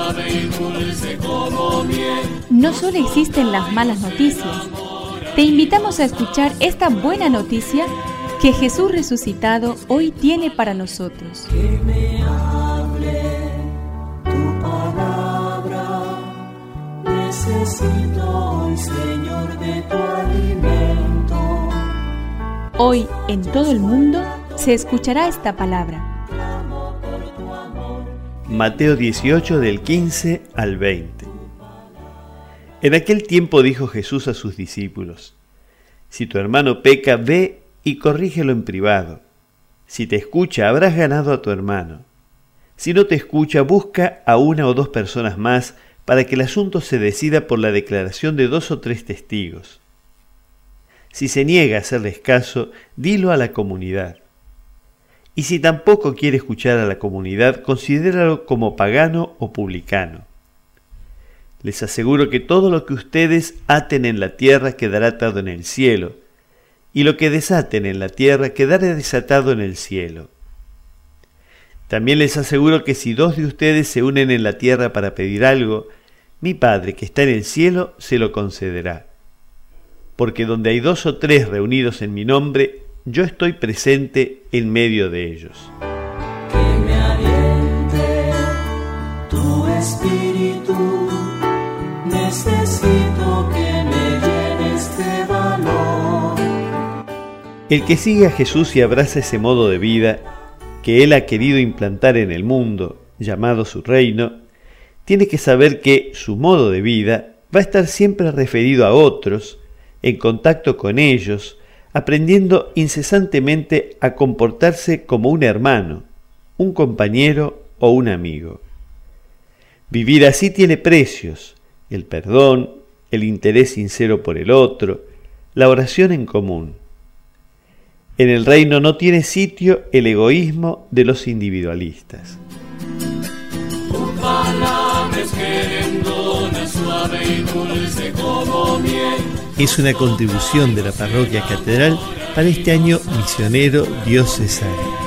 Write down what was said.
No solo existen las malas noticias. Te invitamos a escuchar esta buena noticia que Jesús resucitado hoy tiene para nosotros. Que me hable tu palabra, necesito hoy, Señor, de tu alimento. Hoy en todo el mundo se escuchará esta palabra. Mateo 18 del 15 al 20. En aquel tiempo dijo Jesús a sus discípulos: si tu hermano peca, ve y corrígelo en privado. Si te escucha, habrás ganado a tu hermano. Si no te escucha, busca a una o dos personas más para que el asunto se decida por la declaración de 2 o 3 testigos. Si se niega a hacerles caso, dilo a la comunidad. Y si tampoco quiere escuchar a la comunidad, considéralo como pagano o publicano. Les aseguro que todo lo que ustedes aten en la tierra quedará atado en el cielo, y lo que desaten en la tierra quedará desatado en el cielo. También les aseguro que si 2 de ustedes se unen en la tierra para pedir algo, mi Padre que está en el cielo se lo concederá. Porque donde hay 2 o 3 reunidos en mi nombre, yo estoy presente en medio de ellos. Que me aliente tu espíritu, necesito que me llenes de valor. El que sigue a Jesús y abraza ese modo de vida que Él ha querido implantar en el mundo, llamado su reino, tiene que saber que su modo de vida va a estar siempre referido a otros, en contacto con ellos, aprendiendo incesantemente a comportarse como un hermano, un compañero o un amigo. Vivir así tiene precios: el perdón, el interés sincero por el otro, la oración en común. En el reino no tiene sitio el egoísmo de los individualistas. Tu palabra es querendona, suave y dulce como miel. Es una contribución de la Parroquia Catedral para este año misionero diocesano.